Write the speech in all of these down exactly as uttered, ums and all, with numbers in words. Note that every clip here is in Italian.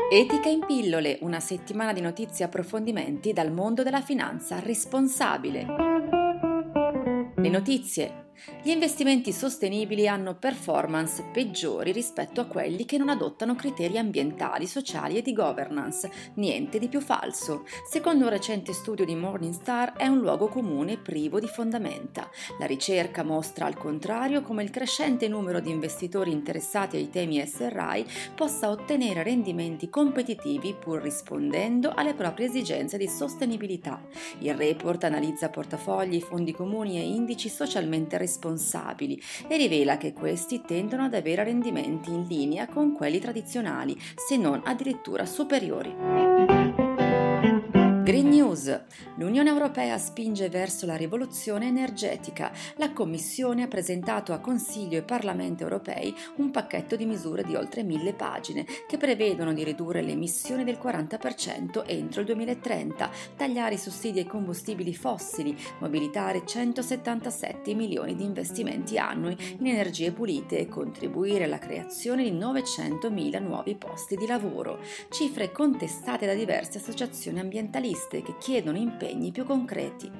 Etica in pillole, una settimana di notizie e approfondimenti dal mondo della finanza responsabile. Le notizie. Gli investimenti sostenibili hanno performance peggiori rispetto a quelli che non adottano criteri ambientali, sociali e di governance. Niente di più falso. Secondo un recente studio di Morningstar è un luogo comune privo di fondamenta. La ricerca mostra al contrario come il crescente numero di investitori interessati ai temi S R I possa ottenere rendimenti competitivi pur rispondendo alle proprie esigenze di sostenibilità. Il report analizza portafogli, fondi comuni e indici socialmente responsabili e rivela che questi tendono ad avere rendimenti in linea con quelli tradizionali, se non addirittura superiori. Green News. L'Unione Europea spinge verso la rivoluzione energetica. La Commissione ha presentato a Consiglio e Parlamento europei un pacchetto di misure di oltre mille pagine che prevedono di ridurre le emissioni del quaranta per cento entro il duemilatrenta, tagliare i sussidi ai combustibili fossili, mobilitare centosettantasette milioni di investimenti annui in energie pulite e contribuire alla creazione di novecentomila nuovi posti di lavoro. Cifre contestate da diverse associazioni ambientaliste che chiedono impegni più concreti.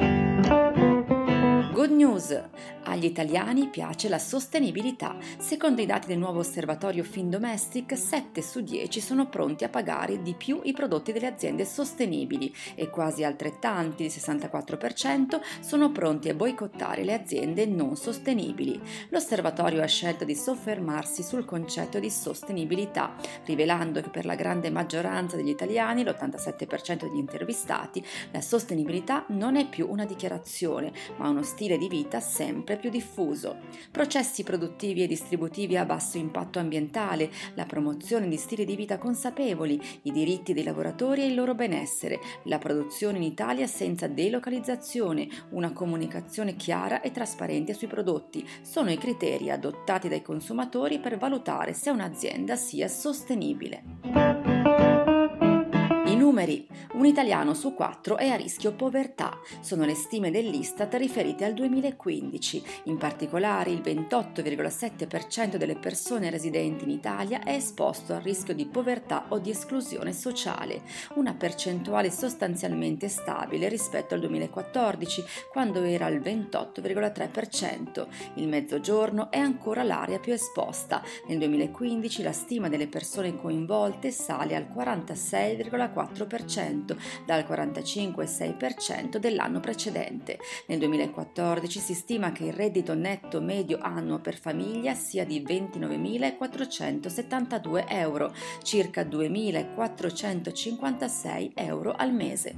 Good news! Agli italiani piace la sostenibilità. Secondo i dati del nuovo osservatorio Findomestic, sette su dieci sono pronti a pagare di più i prodotti delle aziende sostenibili e quasi altrettanti, il sessantaquattro per cento, sono pronti a boicottare le aziende non sostenibili. L'osservatorio ha scelto di soffermarsi sul concetto di sostenibilità, rivelando che per la grande maggioranza degli italiani, l'ottantasette per cento degli intervistati, la sostenibilità non è più una dichiarazione, ma uno stile di vita sempre più diffuso. Processi produttivi e distributivi a basso impatto ambientale, la promozione di stili di vita consapevoli, i diritti dei lavoratori e il loro benessere, la produzione in Italia senza delocalizzazione, una comunicazione chiara e trasparente sui prodotti sono i criteri adottati dai consumatori per valutare se un'azienda sia sostenibile. I numeri. Un italiano su quattro è a rischio povertà. Sono le stime dell'Istat riferite al duemilaquindici. In particolare il ventotto virgola sette per cento delle persone residenti in Italia è esposto al rischio di povertà o di esclusione sociale, una percentuale sostanzialmente stabile rispetto al duemilaquattordici, quando era al ventotto virgola tre per cento. Il Mezzogiorno è ancora l'area più esposta. Nel duemilaquindici la stima delle persone coinvolte sale al quarantasei virgola quattro per cento, dal quarantacinque virgola sei per cento dell'anno precedente. Nel duemilaquattordici si stima che il reddito netto medio annuo per famiglia sia di ventinovemilaquattrocentosettantadue euro, circa duemilaquattrocentocinquantasei euro al mese.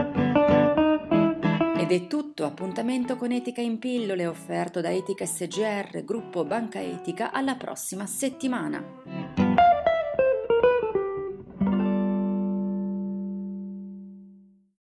Ed è tutto, appuntamento con Etica in pillole offerto da Etica S G R, gruppo Banca Etica, alla prossima settimana.